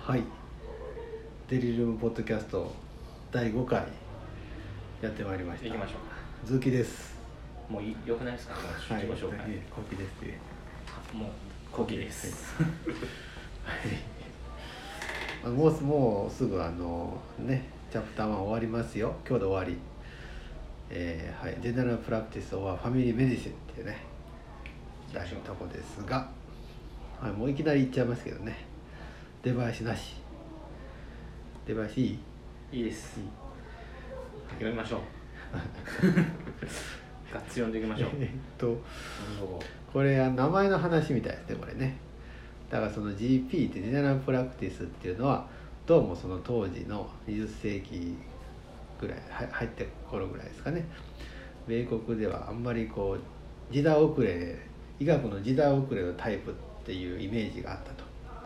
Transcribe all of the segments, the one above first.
はい、デリルームポッドキャスト第5回やってまいりました。 行きましょうか。 ズキです。 もう良くないですか？ はい、 自己紹介。 コキですね。 もうコキです。 はい。もうすぐね、チャプター1終わりますよ。今日で終わり。はい、ジェネラルプラクティスオアファミリーメディシンっていうね、大事なとこですが、はい、もういきなり言っちゃいますけどね。出囃子なし。出囃子いい？ いいです。読みましょう。ガッツ読んでいきましょう。 これは名前の話みたいですね、これね。だからその GP ってジェネラルプラクティスっていうのはどうもその当時の20世紀ぐらい入って頃ぐらいですかね。米国ではあんまりこう時代遅れ、医学の時代遅れのタイプっていうイメージがあったと、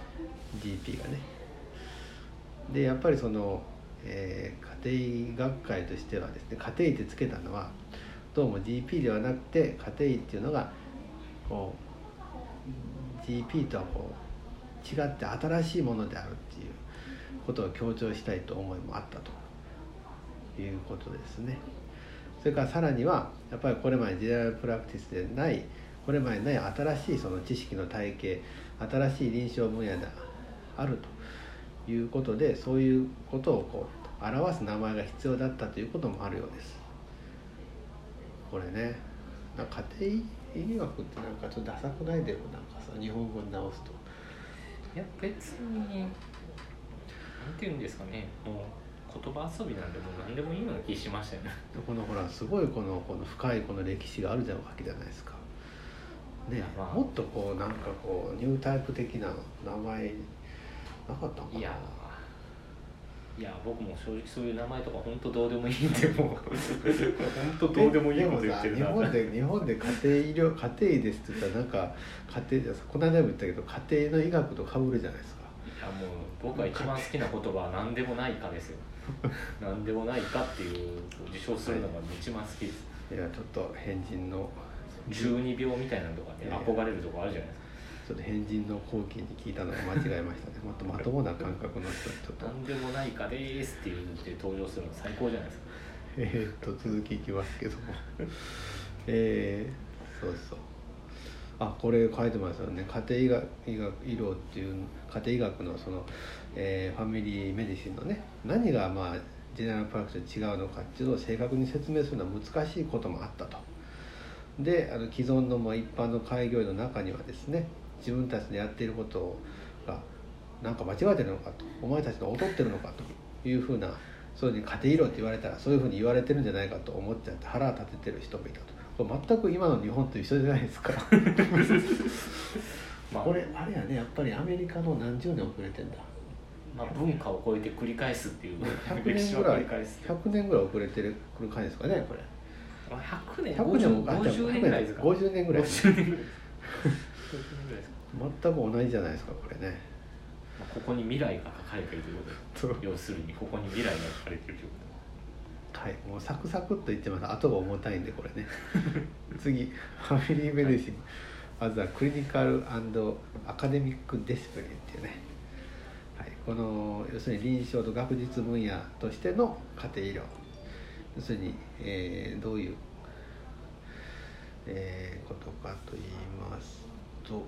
GP がね。でやっぱりその、家庭医学会としてはですね、家庭医ってつけたのはどうも GP ではなくて家庭医っていうのがこう GP とはこう違って新しいものであるっていうことを強調したいと思いもあったということですね。それからさらにはやっぱりこれまでジェネラルプラクティスでないこれまでない新しいその知識の体系、新しい臨床分野であるということで、そういうことをこう表す名前が必要だったということもあるようです。これね、なんか家庭医学ってなんかちょっとダサくないでも、なんかさ日本語に直すと、 いや別になんていうんですかね、もう言葉遊びなんでもう何でもいいような気しましたよね。 このほらすごいこの深いこの歴史があるわけじゃないですかね。もっとこうなんかこうニュータイプ的な名前なかったのかな。 いや僕も正直そういう名前とか本当どうでもいいんで、もう本当どうでもいいこと言ってるな。 日本で家庭医ですって言ったらなんか家庭、この間も言ったけど家庭の医学と被るじゃないですか。 いやもう僕が一番好きな言葉は何でもないかですよ。何でもないかっていう受賞するのが一番好きです。 いやちょっと変人の 12秒みたいなのとかで憧れるとこあるじゃないですか。 ちょっと変人の後期に聞いたのが間違えましたね。もっとまともな感覚の人ちょっと何でもないかですって言って登場するの最高じゃないですか。 続きいきますけどもそうそう、あ、これ書いてますよね。家庭医療っていう家庭医学のその、ファミリーメディシンのね、何がまあジェネラルプラクティスと違うのかっていうのを正確に説明するのは難しいこともあったと。で既存の一般の開業医の中にはですね、自分たちのやっていることがなんか間違えてるのかと、お前たちが劣ってるのかというふうな、そういうふうに家庭医療って言われたらそういうふうに言われてるんじゃないかと思っちゃって腹を立ててる人もいたと。これ全く今の日本と一緒じゃないですか。これあれやね、やっぱりアメリカの何十年遅れてんだ。 文化を超えて繰り返すっていう 100年ぐらい遅れてくる感じですかね、これ。 100年 50年ぐらいですか。50年ぐらいです全く同じじゃないですか、これね。 ここに未来が書かれているということで、要するにここに未来が書かれているということ。はい、もうサクサクっと言ってます。後が重たいんでこれね。次、ファミリーメディシン、まずはクリニカル&アカデミックディスプリンっていうね、はい、この要するに臨床と学術分野としての家庭医療、要するに、どういう、ことかと言いますと、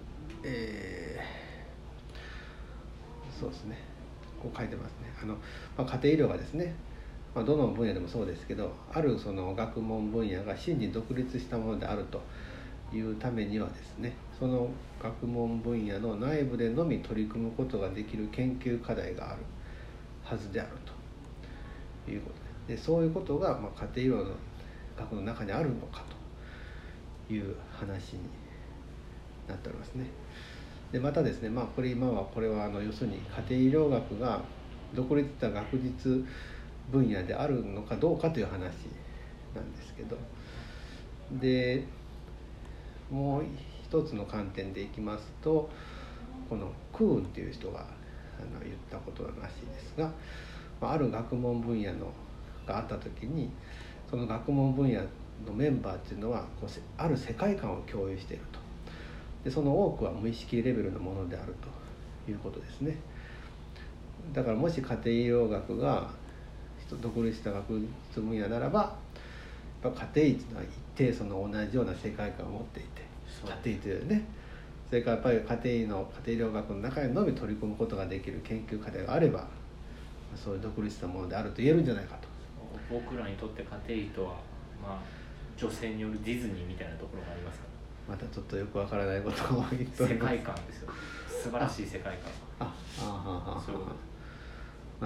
そうですね、こう書いてますね。家庭医療がですね、どの分野でもそうですけど、あるその学問分野が真に独立したものであるというためにはですね、その学問分野の内部でのみ取り組むことができる研究課題があるはずであるということで、そういうことが家庭医療の学の中にあるのかという話になっておりますね。でまたですね、これは要するに家庭医療学が独立した学術分野であるのかどうかという話なんですけど、でもう一つの観点でいきますと、このクーンという人が言ったことらしいですが、ある学問分野があった時に、その学問分野のメンバーっていうのはある世界観を共有していると。でその多くは無意識レベルのものであるということですね。 だからもし家庭医療学が独立した学術分野ならば、やっぱ家庭医というのは一定その同じような世界観を持っていて、家庭医というね、それからやっぱり家庭医療学の中にのみ取り組むことができる研究課題があれば、そういう独立したものであると言えるんじゃないかと。 僕らにとって家庭医とは、まあ、女性によるディズニーみたいなところがありますから、 またちょっとよくわからないことを言っております。 世界観ですよ。素晴らしい世界観。そういうこと。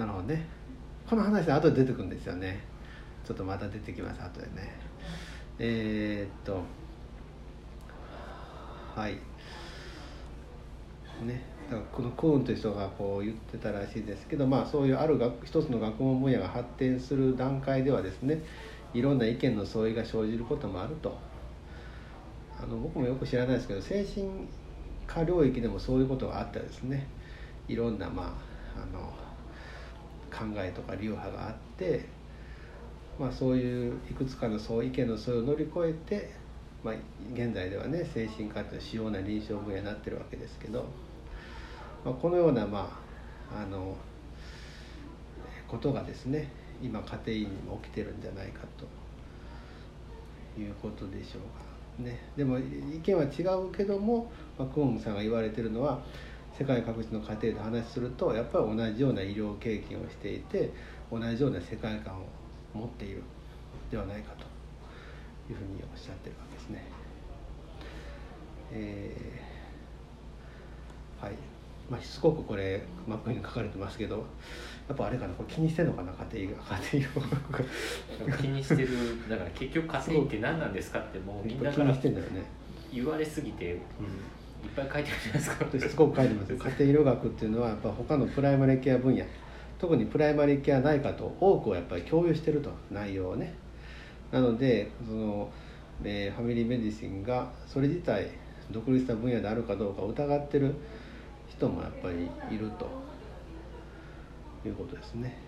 なるほどね。この話は後で出てくるんですよね。ちょっとまた出てきます後でね。はいね、だからこのクーンという人がこう言ってたらしいですけど、まあそういうある一つの学問分野が発展する段階ではですね、いろんな意見の相違が生じることもあると。僕もよく知らないですけど、精神科領域でもそういうことがあったですね。いろんな考えとか流派があって、そういういくつかの意見の相違を乗り越えて、現在ではね、精神科という主要な臨床分野になってるわけですけど、このようなことがですね、今家庭医にも起きてるんじゃないかということでしょうかね。でも意見は違うけども、クーンさんが言われているのは、世界各地の家庭で話するとやっぱり同じような医療経験をしていて、同じような世界観を持っているではないかというふうにおっしゃってるわけですね。はい。しつこくこれマップに書かれてますけど、やっぱあれかな、これ気にしてるのかな、家庭が気にしてる。だから結局家庭って何なんですかって、もうみんなから言われすぎて、いっぱい書いてるじゃないですか。 しつこく書いてますよ。家庭医療学っていうのはやっぱ他のプライマリーケア分野、特にプライマリーケア内科と多くをやっぱり共有してると、内容をね。なのでファミリーメディシンがそれ自体独立した分野であるかどうかを疑ってる人もやっぱりいるということですね。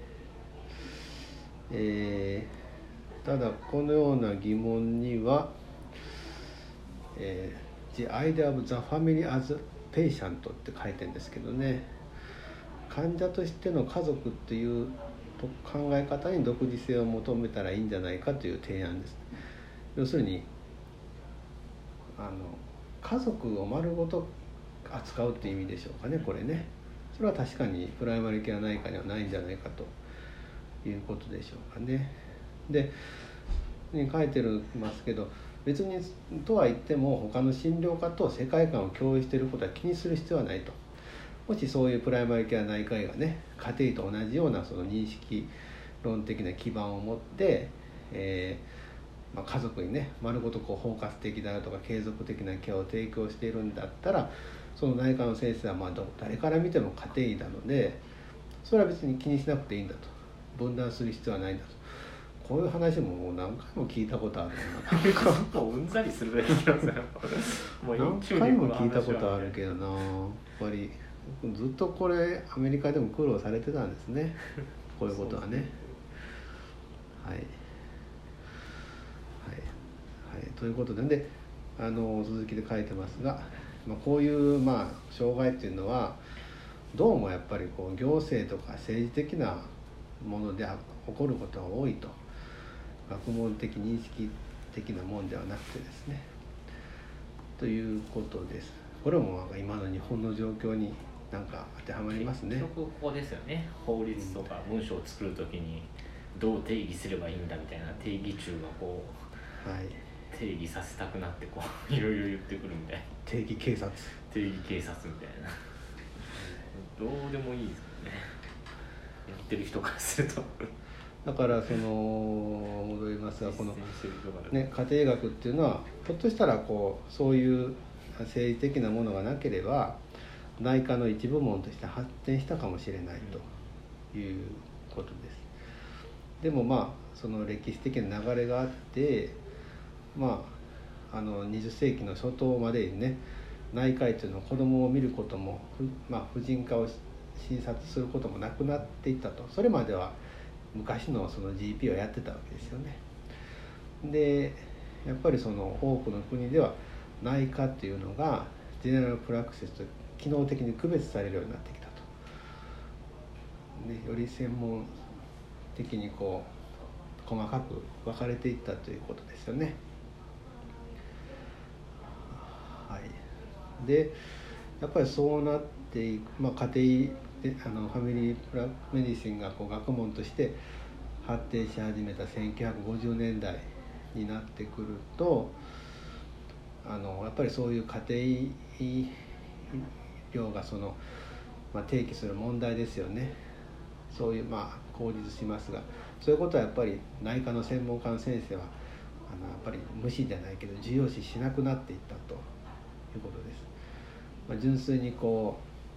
ただこのような疑問には、The idea of the family as patient って書いてるんですけどね、患者としての家族っていう考え方に独自性を求めたらいいんじゃないかという提案です。要するに家族を丸ごと扱うっていう意味でしょうかね、これね。それは確かにプライマリケア内科にはないんじゃないかということでしょうかね。でに書いてますけど、別にとは言っても他の診療科と世界観を共有していることは気にする必要はないと。もしそういうプライマリケア内科医がね、家庭医と同じようなその認識論的な基盤を持って、家族にね丸ごと包括的であるとか継続的なケアを提供しているんだったら、その内科の先生は誰から見ても家庭医なので、それは別に気にしなくていいんだと、分断する必要はないんだと。こういう話ももう何回も聞いたことあるな。もううんざりするぐらい聞きますよ。 もう何回も聞いたことあるけどな、やっぱりずっとこれアメリカでも苦労されてたんですね、こういうことはね。はい、はいはい、ということで、続きで書いてますが、こういう障害っていうのはどうもやっぱり行政とか政治的なもので起こることが多いと。学問的認識的なもんではなくてですね、ということです。これも今の日本の状況に当てはまりますね。 結局ここですよね。法律とか文章を作るときにどう定義すればいいんだみたいな定義中が定義させたくなっていろいろ言ってくるみたいな。 定義警察みたいな。どうでもいいですよね、やってる人からすると。 だから戻りますが、この、ね、家庭学っていうのはひょっとしたらそういう政治的なものがなければ内科の一部門として発展したかもしれないということです。でもその歴史的な流れがあって、20世紀の初頭までにね、内科医というのは子供を見ることも、婦人科を診察することもなくなっていったと。それまでは昔のその GP はやってたわけですよね。でやっぱり多くの国では内科っていうのがジェネラルプラクシスと機能的に区別されるようになってきたとより専門的にこう細かく分かれていったということですよね。はい、でやっぱりそうなっていく、家庭でファミリーメディシンがこう学問として発展し始めた1950年代になってくるとやっぱりそういう家庭医療が提起する問題ですよね。そういう口実しますが、そういうことはやっぱり内科の専門家の先生はやっぱり無視じゃないけど重要視しなくなっていったということです。純粋にこ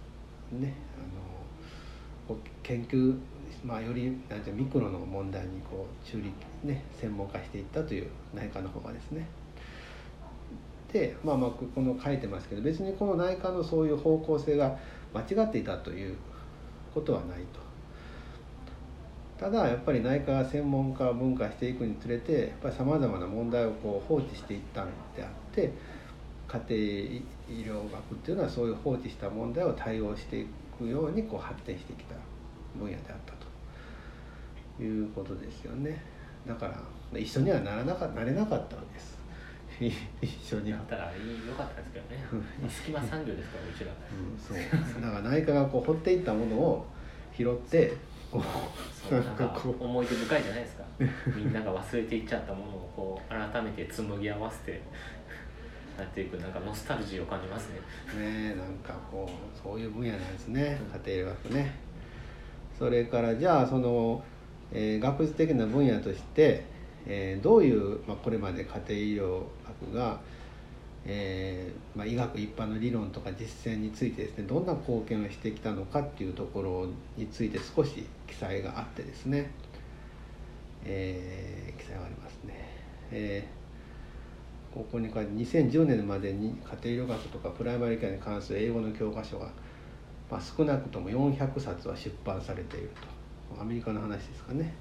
う研究、よりミクロの問題にこう専門化していったという内科の方がですね。でこの書いてますけど、別にこの内科のそういう方向性が間違っていたということはないと。ただやっぱり内科が専門家分化していくにつれてやっぱりさまざまな問題をこう放置していったんであって、家庭医療学っていうのはそういう放置した問題を対応していくようにこう発展してきた分野であったということですよね。だから一緒にはなれなかったわけです。一緒になったら良かったですけどね。隙間産業ですからうちら。 そうだから内科がこう掘っていったものを拾ってなんか思い出深いじゃないですか。みんなが忘れていっちゃったものをこう改めて紡ぎ合わせてやっていく、なんかノスタルジーを感じますね。 なんかこうそういう分野なんですね、家庭医療学ね。それからじゃあ学術的な分野として、どういう、これまで家庭医療学が、医学一般の理論とか実践についてですね、どんな貢献をしてきたのかっていうところについて少し記載があってですね、記載がありますね。ここに書いて2010年までに家庭医療学とかプライマリーケアに関する英語の教科書が、少なくとも400冊は出版されていると。アメリカの話ですかね。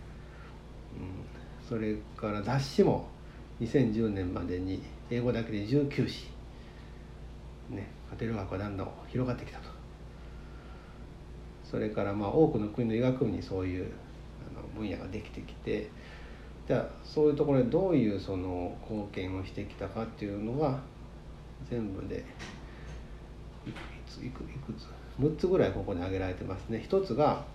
それから雑誌も2010年までに英語だけで19誌、家庭医療学はだんだん広がってきたと。それから多くの国の医学部にそういう分野ができてきて、じゃあそういうところでどういう貢献をしてきたかっていうのが全部でいくつ6つぐらいここに挙げられてますね。一つが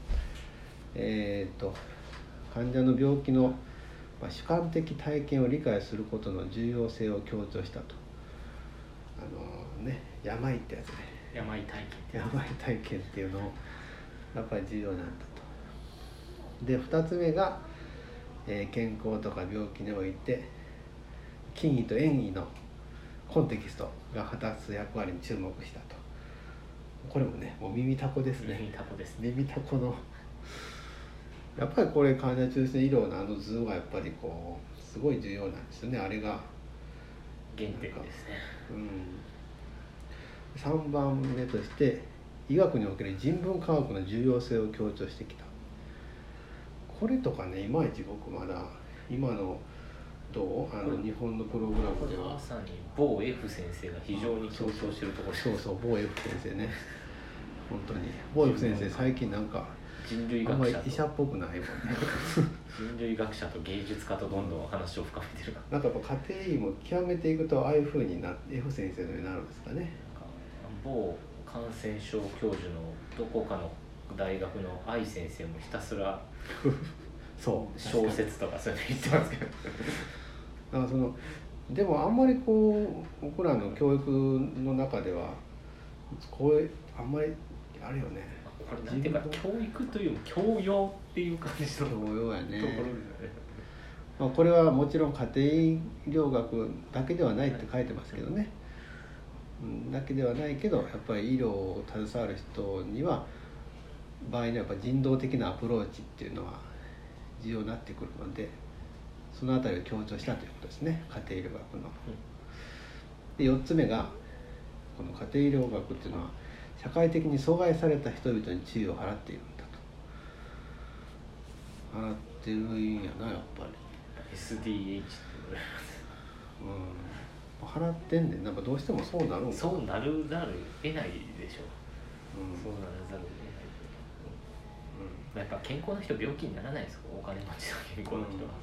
患者の病気の主観的体験を理解することの重要性を強調したと。病ってやつね。 病体験っていうのをやっぱり重要になったと。で2つ目が、健康とか病気において近義と遠義のコンテキストが果たす役割に注目したと。これもね、もう耳たこですね。耳たこのやっぱりこれ患者中心医療の図がやっぱりこうすごい重要なんですよね。あれが原点ですね。 3番目として医学における人文科学の重要性を強調してきた。これとかね、いまいち僕まだ今の日本のプログラムではまさに某 F 先生が非常に強調してるところです。 某 F 先生ね。本当に某 F 先生最近なんかあんまり医者っぽくないもんね。 人類学者と芸術家とどんどん話を深めてる。 なんかやっぱ家庭医も極めていくとああいう風にF 先生のようになるんですかね。 某感染症教授のどこかの大学の愛先生もひたすらそう小説とかそういうの言ってますけどだからでもあんまりこう僕らの教育の中ではこうあんまりあるよね。 これなんていうか教育というよりも教養っていう感じの教養やね。 ところですよね。 これはもちろん家庭医療学だけではないって書いてますけどね、だけではないけどやっぱり医療を携わる人には場合にはやっぱ人道的なアプローチっていうのは重要になってくるので、そのあたりを強調したということですね、家庭医療学の。で4つ目がこの家庭医療学っていうのは社会的に阻害された人々に注意を払っているんだと。払ってるんやな、やっぱり。 SDH って言われます。払ってんねん。なんかどうしてもそうなるんか。 そうなるざる得ないでしょ。そうなるざるやっぱ健康な人病気にならないですか？お金持ちの健康な人は、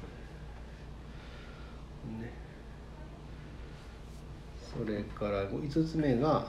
ね、それから5つ目が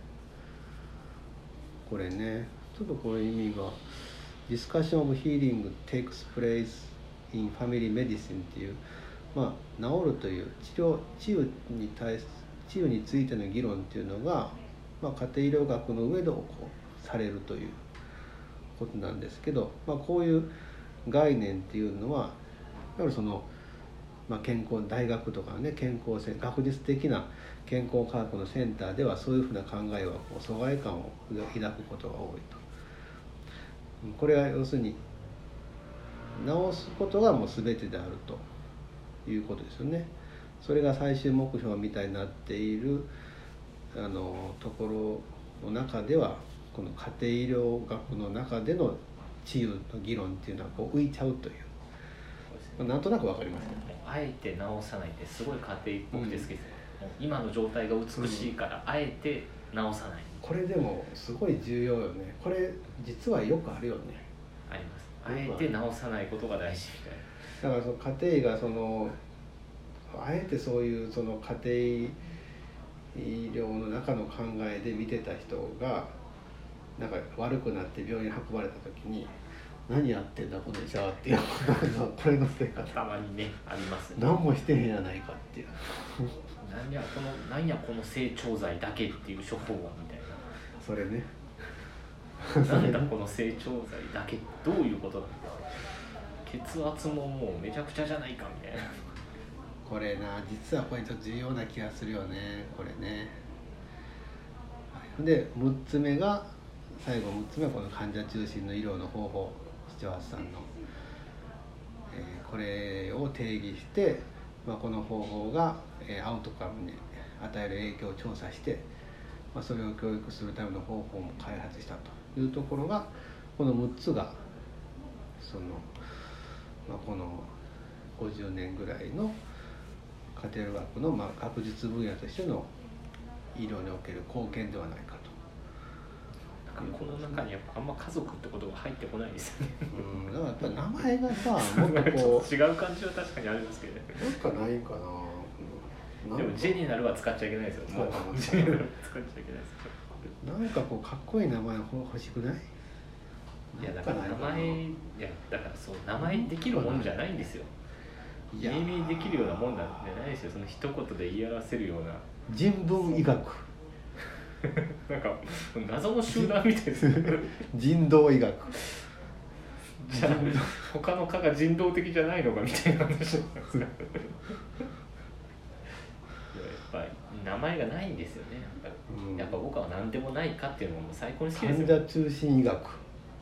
これね、ちょっとこれ意味がDiscussion of Healing takes place in Family Medicine っていう、まあ、治るという治癒についての議論っていうのが、まあ、家庭医療学の上でされるということなんですけど、まあ、こういう概念っていうのはやはりその、まあ、健康大学とかね、健康学術的な健康科学のセンターではそういうふうな考えは疎外感を抱くことが多いと。これは要するに治すことがもう全てであるということですよね。それが最終目標みたいになっているところの中では、この家庭医療学の中での治癒の議論っていうのはこう浮いちゃうという、なんとなく分かりますね。 あえて治さないってすごい家庭っぽくて好きです、今の状態が美しいからあえて治さない、 これでもすごい重要よね。これ実はよくあるよね。 あります。あえて治さないことが大事みたいな。 だからその家庭医があえてそういうその家庭医療の中の考えで見てた人がなんか悪くなって病院に運ばれた時に、何やってんだこの医者はっていうこれのせいかたまにね、ありますね。 何もしてへんやないかっていうなんやこの整腸剤だけっていう処方はみたいな。 それねなんだこの整腸剤だけどういうことなんだ、血圧ももうめちゃくちゃじゃないかみたいな。 これな、実はこれちょっと重要な気がするよね、これね。で6つ目が最後6つ目はこの患者中心の医療の方法、スチュワートさんの、これを定義して、まあ、この方法が、アウトカムに与える影響を調査して、まあ、それを教育するための方法も開発したというところが、この6つがまあ、この50年ぐらいの家庭学の、まあ、学術分野としての医療における貢献ではないかと。 この中にやっぱあんま家族ってことが入ってこないですよね。 だからやっぱり名前がさ、もっとこう違う感じは確かにあるんですけどね。 なんかないかな。 でもジェネラルは使っちゃいけないですよ。もうジェネラル使っちゃいけないです。 なんかこうかっこいい名前欲しくない？ いやだからだからそう名前できるもんじゃないんですよ。命名できるようなもんなんじゃないですよ。その一言で言い表せるような。 人文医学。 なんか謎の集団みたいですね。 人道医学。 じゃあ他の科が人道的じゃないのかみたいな話なんですか。やっぱり名前がないんですよね。やっぱ僕は何でもないかっていうのも最高に好きですよ。 患者中心医学。 なんか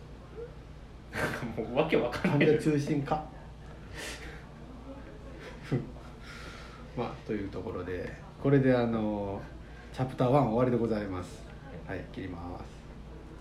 もうわけわかんない。 患者中心科。まあというところで、これでチャプター1終わりでございます。はい、切ります。